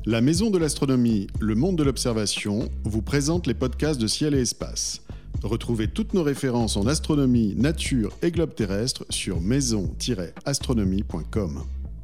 La Maison de l'Astronomie, le monde de l'observation, vous présente les podcasts de Ciel et Espace. Retrouvez toutes nos références en astronomie, nature et globe terrestre sur maison-astronomie.com.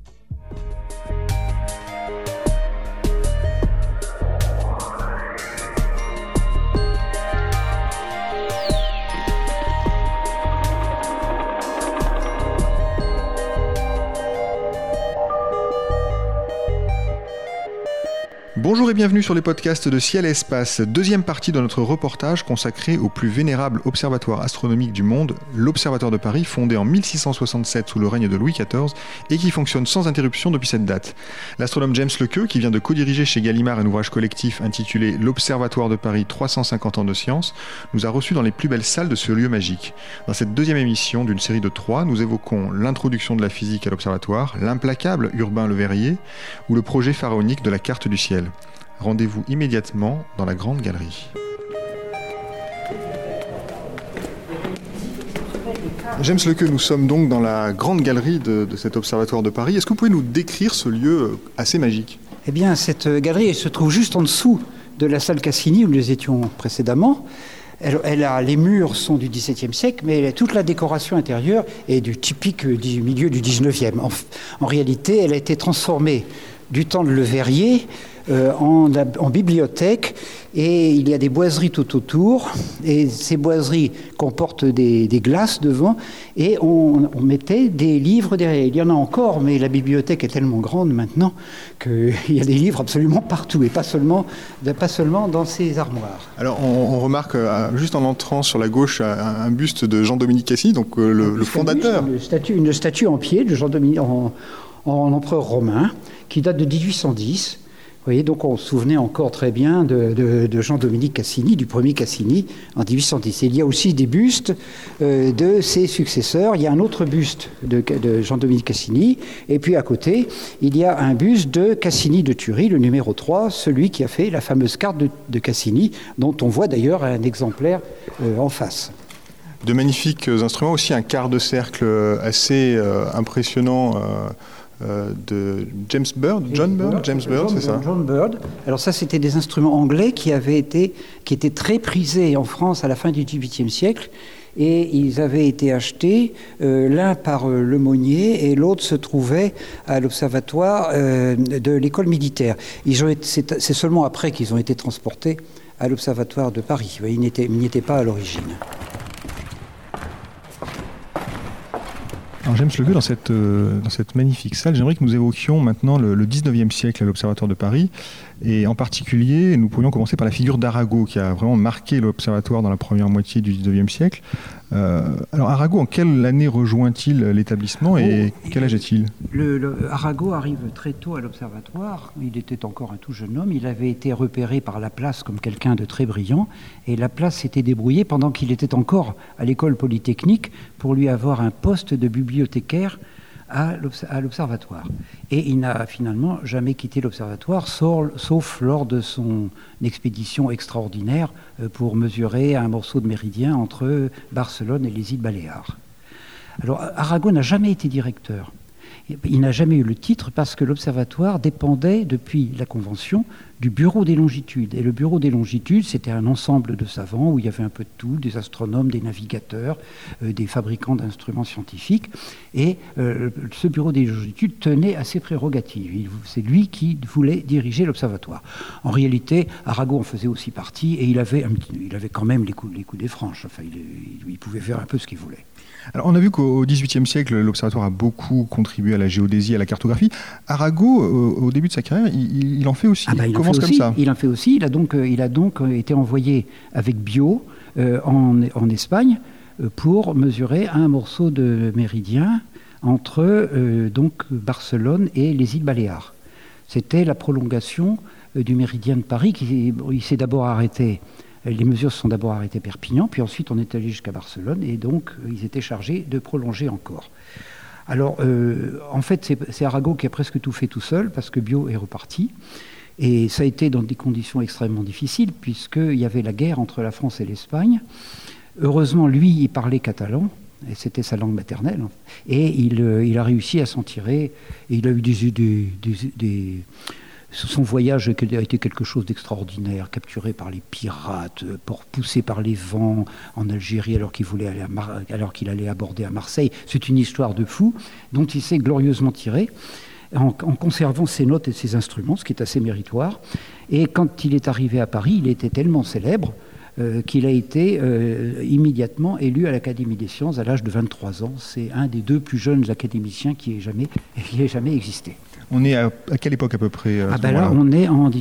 Bonjour et bienvenue sur les podcasts de Ciel et Espace, deuxième partie de notre reportage consacré au plus vénérable observatoire astronomique du monde, l'Observatoire de Paris, fondé en 1667 sous le règne de Louis XIV et qui fonctionne sans interruption depuis cette date. L'astronome James Lequeux, qui vient de co-diriger chez Gallimard un ouvrage collectif intitulé L'Observatoire de Paris 350 ans de science, nous a reçus dans les plus belles salles de ce lieu magique. Dans cette deuxième émission d'une série de 3, nous évoquons l'introduction de la physique à l'observatoire, l'implacable Urbain Le Verrier ou le projet pharaonique de la carte du ciel. Rendez-vous immédiatement dans la Grande Galerie. James Lequeux, nous sommes donc dans la Grande Galerie de cet observatoire de Paris. Est-ce que vous pouvez nous décrire ce lieu assez magique ? Eh bien, cette galerie elle se trouve juste en dessous de la salle Cassini où nous étions précédemment. Les murs sont du XVIIe siècle, mais toute la décoration intérieure est du typique du milieu du XIXe. En réalité, elle a été transformée du temps de Le Verrier en bibliothèque, et il y a des boiseries tout autour, et ces boiseries comportent des glaces devant, et on mettait des livres derrière. Il y en a encore, mais la bibliothèque est tellement grande maintenant qu'il y a des livres absolument partout, et pas seulement dans ces armoires. Alors on remarque, juste en entrant sur la gauche, un buste de Jean-Dominique Cassini, donc le fondateur. Une statue en pied de Jean-Dominique, en empereur romain, qui date de 1810. Vous voyez, donc on se souvenait encore très bien de Jean-Dominique Cassini, du premier Cassini, en 1810. Et il y a aussi des bustes de ses successeurs. Il y a un autre buste de Jean-Dominique Cassini, et puis à côté, il y a un buste de Cassini de Thury, le numéro 3, celui qui a fait la fameuse carte de Cassini, dont on voit d'ailleurs un exemplaire en face. De magnifiques instruments, aussi un quart de cercle assez impressionnant de James Bird, c'est ça ? John Bird. Alors ça, c'était des instruments anglais qui étaient très prisés en France à la fin du XVIIIe siècle, et ils avaient été achetés l'un par Lemonnier et l'autre se trouvait à l'observatoire de l'école militaire. C'est seulement après qu'ils ont été transportés à l'observatoire de Paris. Ils n'y étaient pas à l'origine. Alors James Lequeux, dans cette magnifique salle, j'aimerais que nous évoquions maintenant le 19e siècle à l'Observatoire de Paris. Et en particulier, nous pourrions commencer par la figure d'Arago, qui a vraiment marqué l'Observatoire dans la première moitié du 19e siècle. Alors Arago, en quelle année rejoint-il l'établissement et quel âge est-il ? Arago arrive très tôt à l'Observatoire. Il était encore un tout jeune homme. Il avait été repéré par Laplace comme quelqu'un de très brillant. Et Laplace s'était débrouillé pendant qu'il était encore à l'école polytechnique pour lui avoir un poste de bibliothécaire à l'Observatoire. Et il n'a finalement jamais quitté l'Observatoire, sauf lors de son expédition extraordinaire pour mesurer un morceau de méridien entre Barcelone et les îles Baléares. Alors, Arago n'a jamais été directeur. Il n'a jamais eu le titre parce que l'Observatoire dépendait, depuis la Convention, du Bureau des longitudes. Et le Bureau des longitudes, c'était un ensemble de savants où il y avait un peu de tout, des astronomes, des navigateurs, des fabricants d'instruments scientifiques. Et ce Bureau des longitudes tenait à ses prérogatives. C'est lui qui voulait diriger l'Observatoire. En réalité, Arago en faisait aussi partie et il avait quand même les coups des franches. Enfin, il pouvait faire un peu ce qu'il voulait. Alors, on a vu qu'au XVIIIe siècle, l'Observatoire a beaucoup contribué à la géodésie, à la cartographie. Arago, au début de sa carrière, il en fait aussi. Il commence comme ça. Il en fait aussi. Il a donc été envoyé avec Biot en Espagne pour mesurer un morceau de méridien entre Barcelone et les îles Baléares. C'était la prolongation du méridien de Paris il s'est d'abord arrêté. Les mesures se sont d'abord arrêtées à Perpignan, puis ensuite on est allé jusqu'à Barcelone, et donc ils étaient chargés de prolonger encore. Alors, en fait, c'est Arago qui a presque tout fait tout seul, parce que Biot est reparti, et ça a été dans des conditions extrêmement difficiles, puisqu'il y avait la guerre entre la France et l'Espagne. Heureusement, lui, il parlait catalan, et c'était sa langue maternelle, et il a réussi à s'en tirer, et il a eu Son voyage a été quelque chose d'extraordinaire, capturé par les pirates, poussé par les vents en Algérie alors qu'il allait aborder à Marseille. C'est une histoire de fou dont il s'est glorieusement tiré en conservant ses notes et ses instruments, ce qui est assez méritoire. Et quand il est arrivé à Paris, il était tellement célèbre qu'il a été immédiatement élu à l'Académie des sciences à l'âge de 23 ans. C'est un des 2 plus jeunes académiciens qui ait jamais existé. On est à quelle époque à peu près là, on est en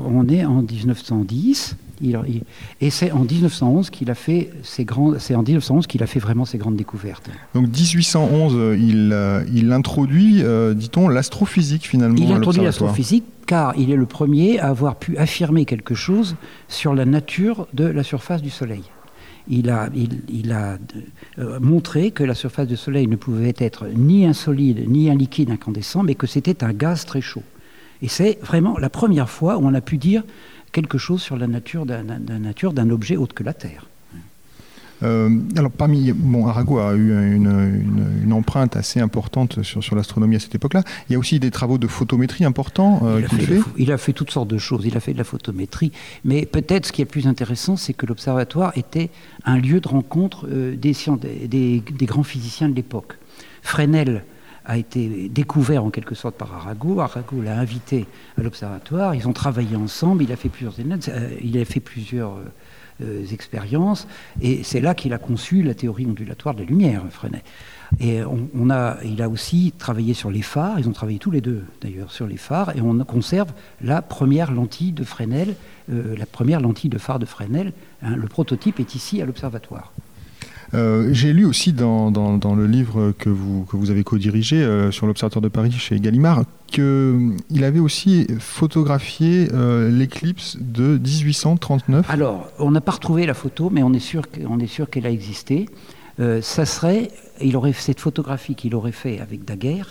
1910, et c'est en 1911 qu'il a fait vraiment ses grandes découvertes. Donc 1811, il introduit, dit-on, l'astrophysique finalement. Il introduit l'astrophysique car il est le premier à avoir pu affirmer quelque chose sur la nature de la surface du Soleil. Il a montré que la surface du Soleil ne pouvait être ni un solide, ni un liquide incandescent, mais que c'était un gaz très chaud. Et c'est vraiment la première fois où on a pu dire quelque chose sur la nature d'un objet autre que la Terre. Alors Arago a eu une empreinte assez importante sur l'astronomie à cette époque-là. Il y a aussi des travaux de photométrie importants qu'il fait. Il a fait toutes sortes de choses. Il a fait de la photométrie. Mais peut-être ce qui est le plus intéressant, c'est que l'observatoire était un lieu de rencontre des grands physiciens de l'époque. Fresnel a été découvert en quelque sorte par Arago. Arago l'a invité à l'observatoire. Ils ont travaillé ensemble. Il a fait plusieurs expériences, et c'est là qu'il a conçu la théorie ondulatoire de la lumière, Fresnel. Et il a aussi travaillé sur les phares. Ils ont travaillé tous les deux d'ailleurs sur les phares, et on conserve la première lentille de Fresnel, la première lentille de phare de Fresnel. Le prototype est ici à l'observatoire. J'ai lu aussi dans le livre que vous avez co-dirigé sur l'Observatoire de Paris chez Gallimard qu'il avait aussi photographié l'éclipse de 1839. Alors, on n'a pas retrouvé la photo, mais on est sûr qu'elle a existé. Cette photographie qu'il aurait faite avec Daguerre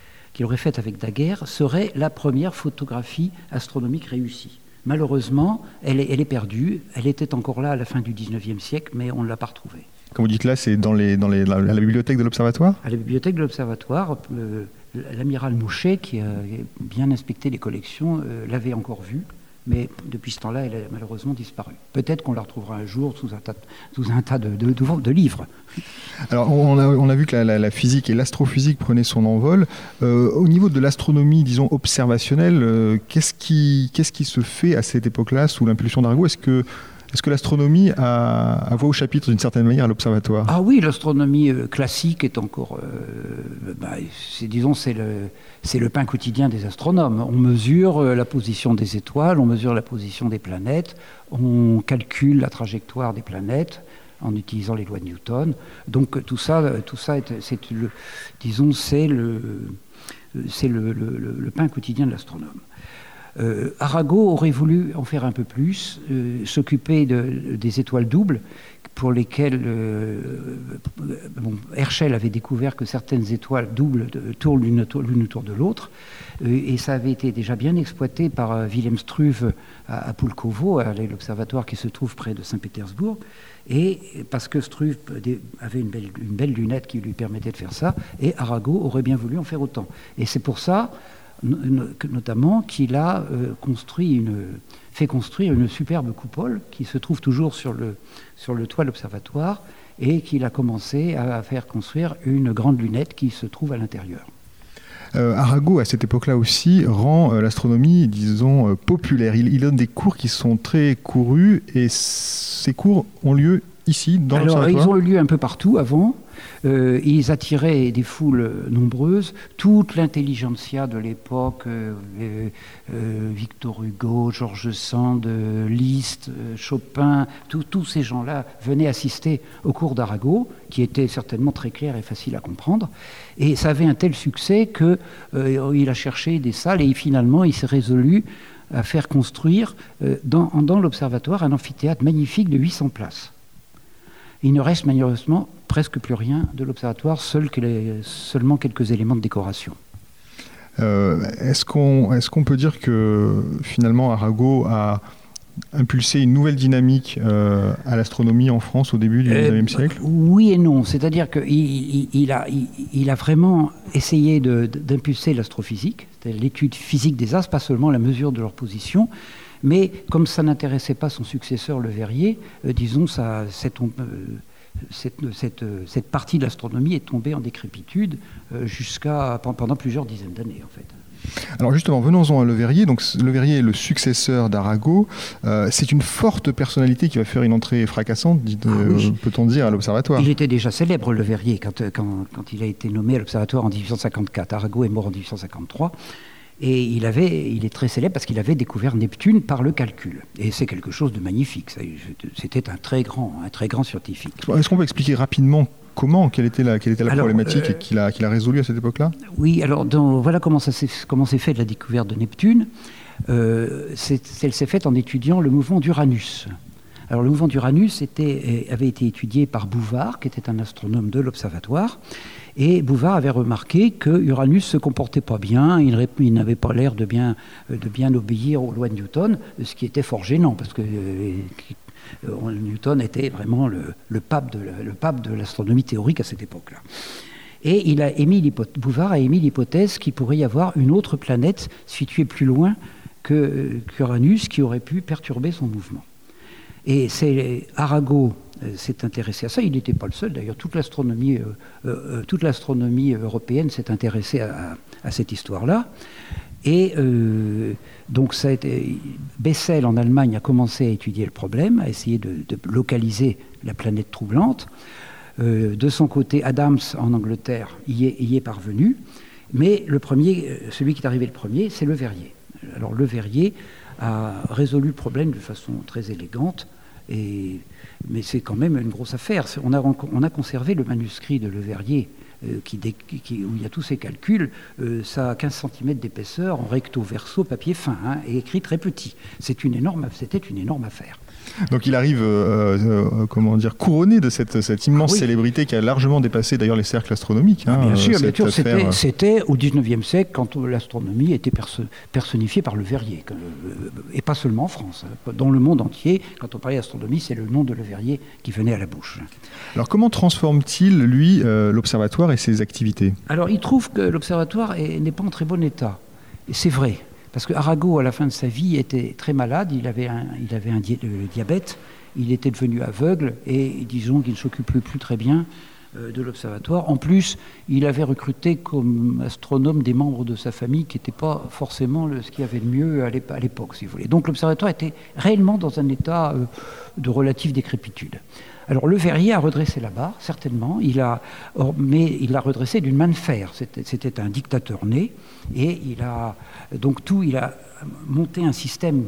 serait la première photographie astronomique réussie. Malheureusement, elle est perdue. Elle était encore là à la fin du 19e siècle, mais on ne l'a pas retrouvée. Quand vous dites là, c'est à la bibliothèque de l'Observatoire ? À la bibliothèque de l'Observatoire, l'amiral Mouchet, qui a bien inspecté les collections, l'avait encore vue, mais depuis ce temps-là, elle a malheureusement disparu. Peut-être qu'on la retrouvera un jour sous un tas de livres. Alors, on a vu que la physique et l'astrophysique prenaient son envol. Au niveau de l'astronomie, disons, observationnelle, qu'est-ce qui se fait à cette époque-là, sous l'impulsion d'Arago ? Est-ce que l'astronomie a voix au chapitre d'une certaine manière à l'observatoire ? Ah oui, l'astronomie classique est encore... c'est le pain quotidien des astronomes. On mesure la position des étoiles, on mesure la position des planètes, on calcule la trajectoire des planètes en utilisant les lois de Newton. Donc tout ça c'est le pain quotidien de l'astronome. Arago aurait voulu en faire un peu plus, s'occuper des étoiles doubles, pour lesquelles Herschel avait découvert que certaines étoiles doubles tournent l'une autour de l'autre, et ça avait été déjà bien exploité par Wilhelm Struve à Pulkovo, à l'observatoire qui se trouve près de Saint-Pétersbourg, et parce que Struve avait une belle lunette qui lui permettait de faire ça, et Arago aurait bien voulu en faire autant. Et c'est pour ça notamment qu'il a fait construire une superbe coupole qui se trouve toujours sur le toit de l'observatoire, et qu'il a commencé à faire construire une grande lunette qui se trouve à l'intérieur. Arago, à cette époque-là aussi, rend l'astronomie, disons, populaire. Il donne des cours qui sont très courus, et ces cours ont lieu ici, dans l'observatoire. Ils ont eu lieu un peu partout avant. Ils attiraient des foules nombreuses. Toute l'intelligentsia de l'époque, Victor Hugo, George Sand, Liszt, Chopin, tous ces gens-là venaient assister au cours d'Arago, qui était certainement très clair et facile à comprendre. Et ça avait un tel succès qu'il a cherché des salles, et finalement il s'est résolu à faire construire dans l'observatoire un amphithéâtre magnifique de 800 places. Il ne reste malheureusement presque plus rien de l'observatoire, seulement quelques éléments de décoration. Est-ce qu'on peut dire que finalement Arago a impulsé une nouvelle dynamique à l'astronomie en France au début du XIXe siècle ? Oui et non. C'est-à-dire qu'il a vraiment essayé d'impulser l'astrophysique, c'est-à-dire l'étude physique des astres, pas seulement la mesure de leur position, mais comme ça n'intéressait pas son successeur Le Verrier, disons, cette partie de l'astronomie est tombée en décrépitude pendant plusieurs dizaines d'années, en fait. Alors justement, venons-en à Le Verrier. Donc, Le Verrier est le successeur d'Arago. C'est une forte personnalité qui va faire une entrée fracassante, peut-on dire, à l'Observatoire. Il était déjà célèbre, Le Verrier, quand il a été nommé à l'Observatoire en 1854. Arago est mort en 1853. Et il est très célèbre parce qu'il avait découvert Neptune par le calcul. Et c'est quelque chose de magnifique. C'était un très grand scientifique. Est-ce qu'on peut expliquer rapidement quelle était la problématique qu'il a résolue à cette époque-là ? Oui, alors voilà comment s'est fait la découverte de Neptune. Elle s'est faite en étudiant le mouvement d'Uranus. Alors le mouvement d'Uranus avait été étudié par Bouvard, qui était un astronome de l'Observatoire. Et Bouvard avait remarqué que Uranus se comportait pas bien, il n'avait pas l'air de bien obéir aux lois de Newton, ce qui était fort gênant, parce que Newton était vraiment le pape de l'astronomie théorique à cette époque-là. Et Bouvard a émis l'hypothèse qu'il pourrait y avoir une autre planète située plus loin qu'Uranus qui aurait pu perturber son mouvement. Et c'est Arago s'est intéressé à ça. Il n'était pas le seul. D'ailleurs, toute l'astronomie européenne s'est intéressée à cette histoire-là. Et donc, Bessel, en Allemagne, a commencé à étudier le problème, à essayer de localiser la planète troublante. De son côté, Adams, en Angleterre, y est parvenu. Mais celui qui est arrivé le premier, c'est Le Verrier. Alors, Le Verrier a résolu le problème de façon très élégante. Mais c'est quand même une grosse affaire. On a conservé le manuscrit de Le Verrier, où il y a tous ces calculs. Ça a 15 cm d'épaisseur, en recto verso, papier fin, et écrit très petit. C'était une énorme affaire. Donc il arrive, couronné de cette immense célébrité qui a largement dépassé d'ailleurs les cercles astronomiques. Bien sûr. C'était au XIXe siècle, quand l'astronomie était personnifiée par Le Verrier, et pas seulement en France. Dans le monde entier, quand on parlait d'astronomie, c'est le nom de Le Verrier qui venait à la bouche. Alors comment transforme-t-il, lui, l'Observatoire et ses activités ? Alors il trouve que l'Observatoire n'est pas en très bon état. Et c'est vrai. Parce que Arago, à la fin de sa vie, était très malade, il avait le diabète, il était devenu aveugle, et disons qu'il ne s'occupait plus très bien de l'Observatoire. En plus, il avait recruté comme astronome des membres de sa famille qui n'étaient pas forcément ce qu'il y avait de mieux à l'époque, si vous voulez. Donc l'Observatoire était réellement dans un état de relative décrépitude. Alors Le Verrier a redressé la barre, certainement, mais il l'a redressé d'une main de fer. C'était un dictateur né, et il a monté un système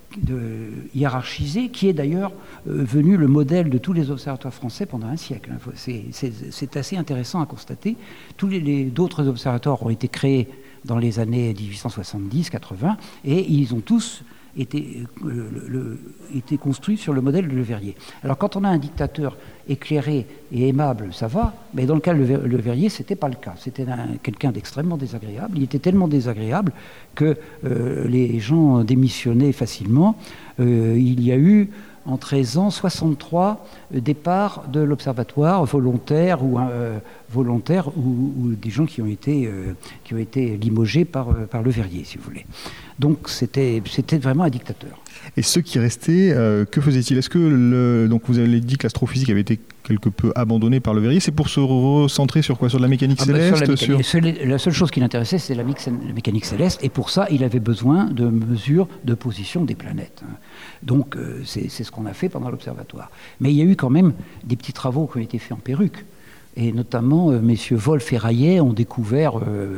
hiérarchisé qui est d'ailleurs venu le modèle de tous les observatoires français pendant un siècle. C'est assez intéressant à constater. D'autres observatoires ont été créés dans les années 1870-80 et ils ont tous été construit sur le modèle de Le Verrier. Alors quand on a un dictateur éclairé et aimable, ça va, mais dans le cas de Le Verrier, c'était pas le cas. C'était quelqu'un d'extrêmement désagréable. Il était tellement désagréable que les gens démissionnaient facilement. Il y a eu en 13 ans 63 départs de l'observatoire volontaires ou des gens qui ont été limogés par Le Verrier, si vous voulez. Donc c'était vraiment un dictateur. Et ceux qui restaient, que faisaient-ils ? Est-ce que donc vous avez dit que l'astrophysique avait été quelque peu abandonnée par Le Verrier, c'est pour se recentrer sur quoi ? Sur la mécanique céleste ? La seule chose qui l'intéressait, c'est la mécanique céleste, et pour ça, il avait besoin de mesures de position des planètes. Donc c'est ce qu'on a fait pendant l'observatoire. Mais il y a eu quand même des petits travaux qui ont été faits en perruque, et notamment messieurs Wolf et Rayet ont découvert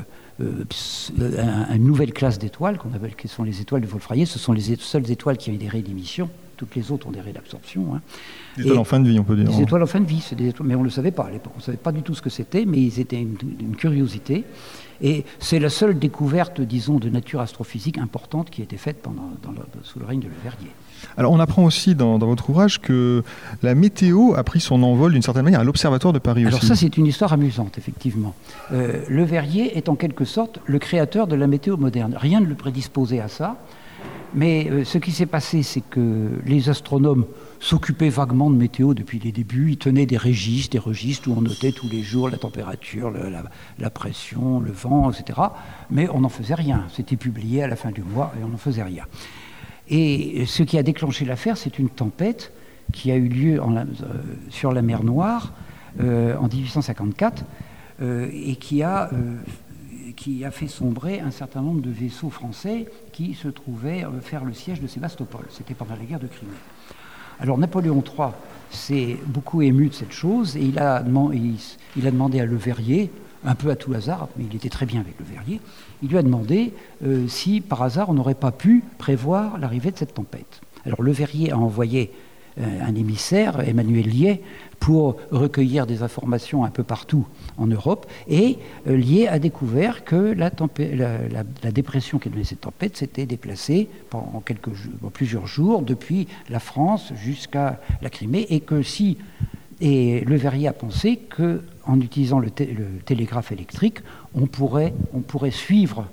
une nouvelle classe d'étoiles qui sont les étoiles de Wolf-Rayet. Ce sont les seules étoiles qui ont des raies d'émission. Toutes les autres ont des raies d'absorption. Des étoiles en fin de vie, on peut dire. Des étoiles en fin de vie, mais on ne le savait pas à l'époque. On ne savait pas du tout ce que c'était, mais ils étaient une curiosité. Et c'est la seule découverte, disons, de nature astrophysique importante qui a été faite sous le règne de Le Verrier. Alors on apprend aussi dans votre ouvrage que la météo a pris son envol d'une certaine manière à l'Observatoire de Paris aussi. Alors ça, c'est une histoire amusante, effectivement. Le Verrier est en quelque sorte le créateur de la météo moderne. Rien ne le prédisposait à ça. Mais ce qui s'est passé, c'est que les astronomes s'occupaient vaguement de météo depuis les débuts. Ils tenaient des registres où on notait tous les jours la température, la pression, le vent, etc. Mais on n'en faisait rien. C'était publié à la fin du mois et on n'en faisait rien. Et ce qui a déclenché l'affaire, c'est une tempête qui a eu lieu sur la mer Noire en 1854 et qui a fait sombrer un certain nombre de vaisseaux français qui se trouvaient faire le siège de Sébastopol. C'était pendant la guerre de Crimée. Alors Napoléon III s'est beaucoup ému de cette chose et il a demandé à Le Verrier, un peu à tout hasard, mais il était très bien avec Le Verrier, il lui a demandé si par hasard on n'aurait pas pu prévoir l'arrivée de cette tempête. Alors Le Verrier a envoyé un émissaire, Emmanuel Liais, pour recueillir des informations un peu partout en Europe. Et Liais a découvert que la dépression qui donnait cette tempête s'était déplacée pendant plusieurs jours depuis la France jusqu'à la Crimée. Et Le Verrier a pensé qu'en utilisant le télégraphe électrique, on pourrait suivre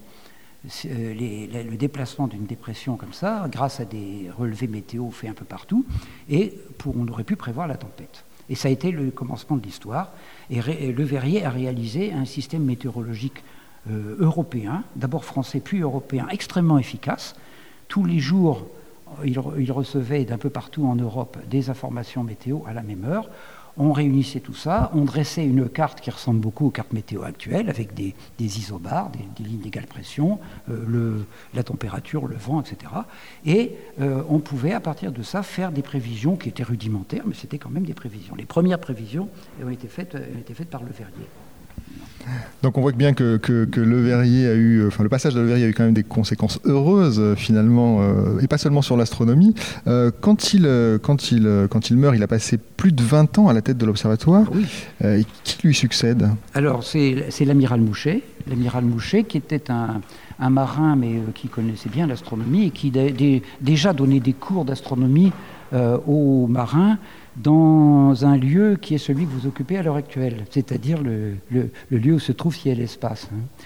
le déplacement d'une dépression comme ça, grâce à des relevés météo faits un peu partout, et on aurait pu prévoir la tempête. Et ça a été le commencement de l'histoire. Et Le Verrier a réalisé un système météorologique européen, d'abord français puis européen, extrêmement efficace. Tous les jours, il recevait d'un peu partout en Europe des informations météo à la même heure. On réunissait tout ça, on dressait une carte qui ressemble beaucoup aux cartes météo actuelles, avec des isobars, des lignes d'égale pression, la température, le vent, etc. Et on pouvait, à partir de ça, faire des prévisions qui étaient rudimentaires, mais c'était quand même des prévisions. Les premières prévisions ont été faites par Le Verrier. Donc on voit bien que Le Verrier a eu, le passage de Le Verrier a eu quand même des conséquences heureuses finalement, et pas seulement sur l'astronomie. Quand il meurt, il a passé plus de 20 ans à la tête de l'observatoire. Oui. Et qui lui succède ? Alors c'est l'amiral Mouchet. L'amiral Mouchet qui était un marin mais qui connaissait bien l'astronomie et qui déjà donnait des cours d'astronomie aux marins dans un lieu qui est celui que vous occupez à l'heure actuelle, c'est-à-dire le lieu où se trouve Ciel et Espace.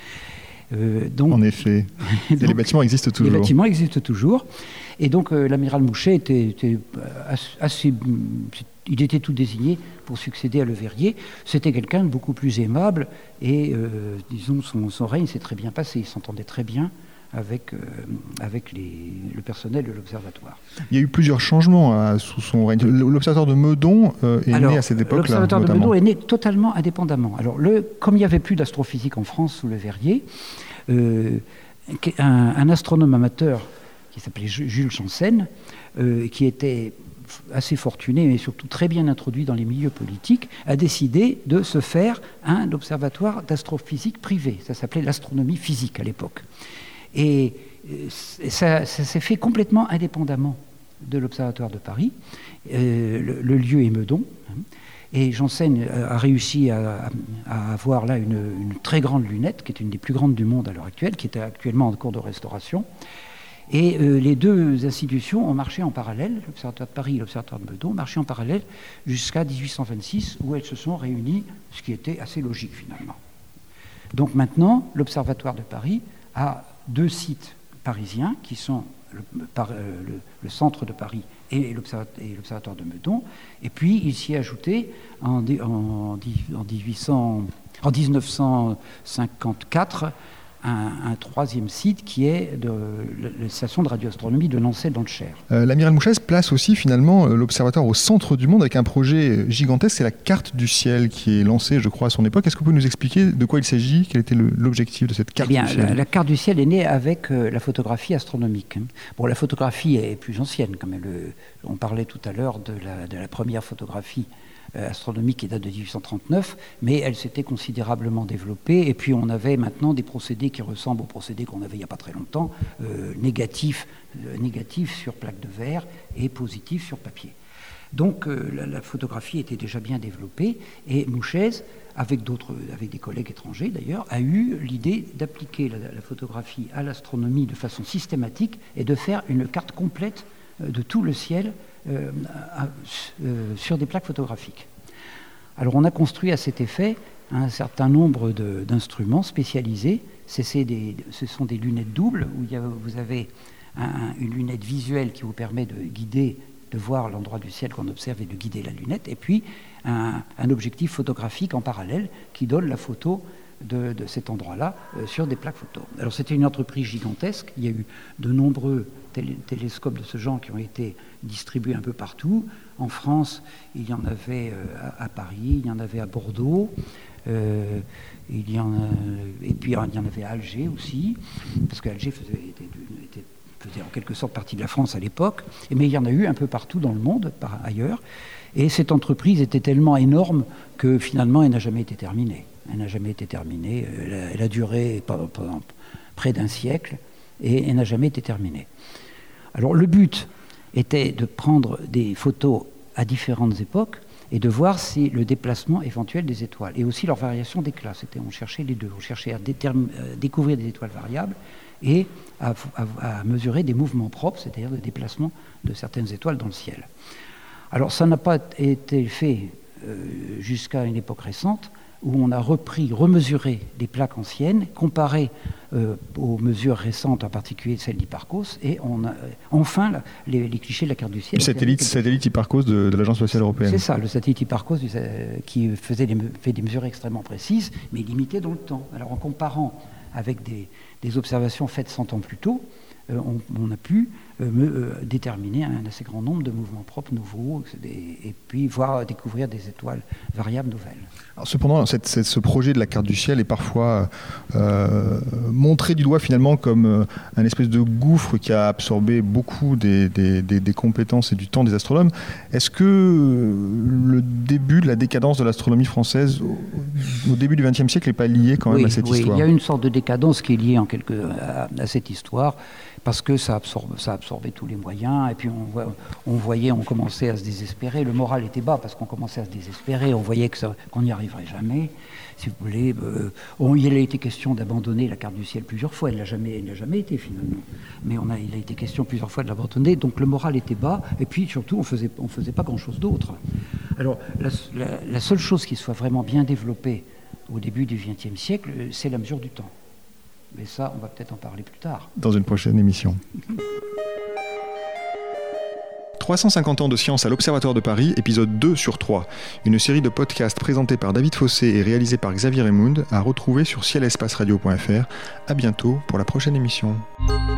Donc, en effet, les bâtiments existent toujours. Les bâtiments existent toujours. Et donc l'amiral Mouchet était assez... Il était tout désigné pour succéder à Le Verrier. C'était quelqu'un de beaucoup plus aimable et, disons, son règne s'est très bien passé. Il s'entendait très bien avec le personnel de l'Observatoire. Il y a eu plusieurs changements sous son règne. L'Observatoire de Meudon est né à cette époque-là. L'Observatoire de Meudon est né totalement indépendamment. Alors, comme il n'y avait plus d'astrophysique en France sous Le Verrier, un astronome amateur qui s'appelait Jules Janssen, qui était assez fortuné mais surtout très bien introduit dans les milieux politiques, a décidé de se faire un observatoire d'astrophysique privé. Ça s'appelait l'astronomie physique à l'époque. Et ça s'est fait complètement indépendamment de l'Observatoire de Paris. Le lieu est Meudon. Et Janssen a réussi à avoir là une très grande lunette, qui est une des plus grandes du monde à l'heure actuelle, qui est actuellement en cours de restauration. Et les deux institutions ont marché en parallèle, l'Observatoire de Paris et l'Observatoire de Meudon, ont marché en parallèle jusqu'à 1826, où elles se sont réunies, ce qui était assez logique finalement. Donc maintenant, l'Observatoire de Paris a deux sites parisiens qui sont le centre de Paris et l'Observatoire de Meudon. Et puis il s'y est ajouté en 1954 un troisième site qui est la station de radioastronomie de Nancy dans le Cher. L'amiral Mouchet place aussi finalement l'observatoire au centre du monde avec un projet gigantesque, c'est la carte du ciel qui est lancée, je crois, à son époque. Est-ce que vous pouvez nous expliquer de quoi il s'agit ? Quel était l'objectif de cette carte du ciel ? La carte du ciel est née avec la photographie astronomique. Bon, la photographie est plus ancienne quand même. On parlait tout à l'heure de la première photographie astronomique qui date de 1839, mais elle s'était considérablement développée. Et puis on avait maintenant des procédés qui ressemblent aux procédés qu'on avait il n'y a pas très longtemps, négatifs sur plaque de verre et positifs sur papier. Donc la photographie était déjà bien développée et Mouchet, avec des collègues étrangers d'ailleurs, a eu l'idée d'appliquer la photographie à l'astronomie de façon systématique et de faire une carte complète de tout le ciel sur des plaques photographiques. Alors on a construit à cet effet un certain nombre d'instruments spécialisés. Ce sont des lunettes doubles où vous avez une lunette visuelle qui vous permet de guider, de voir l'endroit du ciel qu'on observe et de guider la lunette, et puis un objectif photographique en parallèle qui donne la photo de cet endroit-là sur des plaques photo. Alors c'était une entreprise gigantesque, il y a eu de nombreux télescopes de ce genre qui ont été distribués un peu partout. En France, il y en avait à Paris, il y en avait à Bordeaux, et puis il y en avait à Alger aussi, parce qu'Alger faisait en quelque sorte partie de la France à l'époque, mais il y en a eu un peu partout dans le monde, par ailleurs, et cette entreprise était tellement énorme que finalement elle n'a jamais été terminée. Elle a duré pendant près d'un siècle et elle n'a jamais été terminée. Alors le but était de prendre des photos à différentes époques et de voir si le déplacement éventuel des étoiles et aussi leur variation d'éclat. On cherchait les deux. On cherchait à découvrir des étoiles variables et à mesurer des mouvements propres, c'est-à-dire le déplacement de certaines étoiles dans le ciel. Alors ça n'a pas été fait jusqu'à une époque récente, où on a remesuré des plaques anciennes, comparé aux mesures récentes, en particulier celles d'Hipparcos, et on a enfin les clichés de la carte du ciel. Le satellite Hipparcos de l'Agence spatiale européenne. C'est ça, le satellite Hipparcos qui fait des mesures extrêmement précises, mais limitées dans le temps. Alors en comparant avec des observations faites 100 ans plus tôt, on a pu déterminer un assez grand nombre de mouvements propres nouveaux et puis découvrir des étoiles variables nouvelles. Alors cependant, ce projet de la carte du ciel est parfois montré du doigt finalement comme un espèce de gouffre qui a absorbé beaucoup des compétences et du temps des astronomes. Est-ce que le début de la décadence de l'astronomie française au début du XXe siècle n'est pas lié quand même à cette histoire ? Oui, il y a une sorte de décadence qui est liée à cette histoire, parce que ça absorbait tous les moyens, et puis on commençait à se désespérer. Le moral était bas parce qu'on commençait à se désespérer, on voyait qu'on n'y arriverait jamais. Si vous voulez, il a été question d'abandonner la carte du ciel plusieurs fois, elle n'a jamais été finalement. Mais il a été question plusieurs fois de l'abandonner, donc le moral était bas, et puis surtout on faisait pas grand-chose d'autre. Alors la seule chose qui soit vraiment bien développée au début du XXe siècle, c'est la mesure du temps. Mais ça, on va peut-être en parler plus tard. Dans une prochaine émission. 350 ans de science à l'Observatoire de Paris, épisode 2 sur 3. Une série de podcasts présentés par David Fossé et réalisés par Xavier Raymond, à retrouver sur cielespaceradio.fr. À bientôt pour la prochaine émission.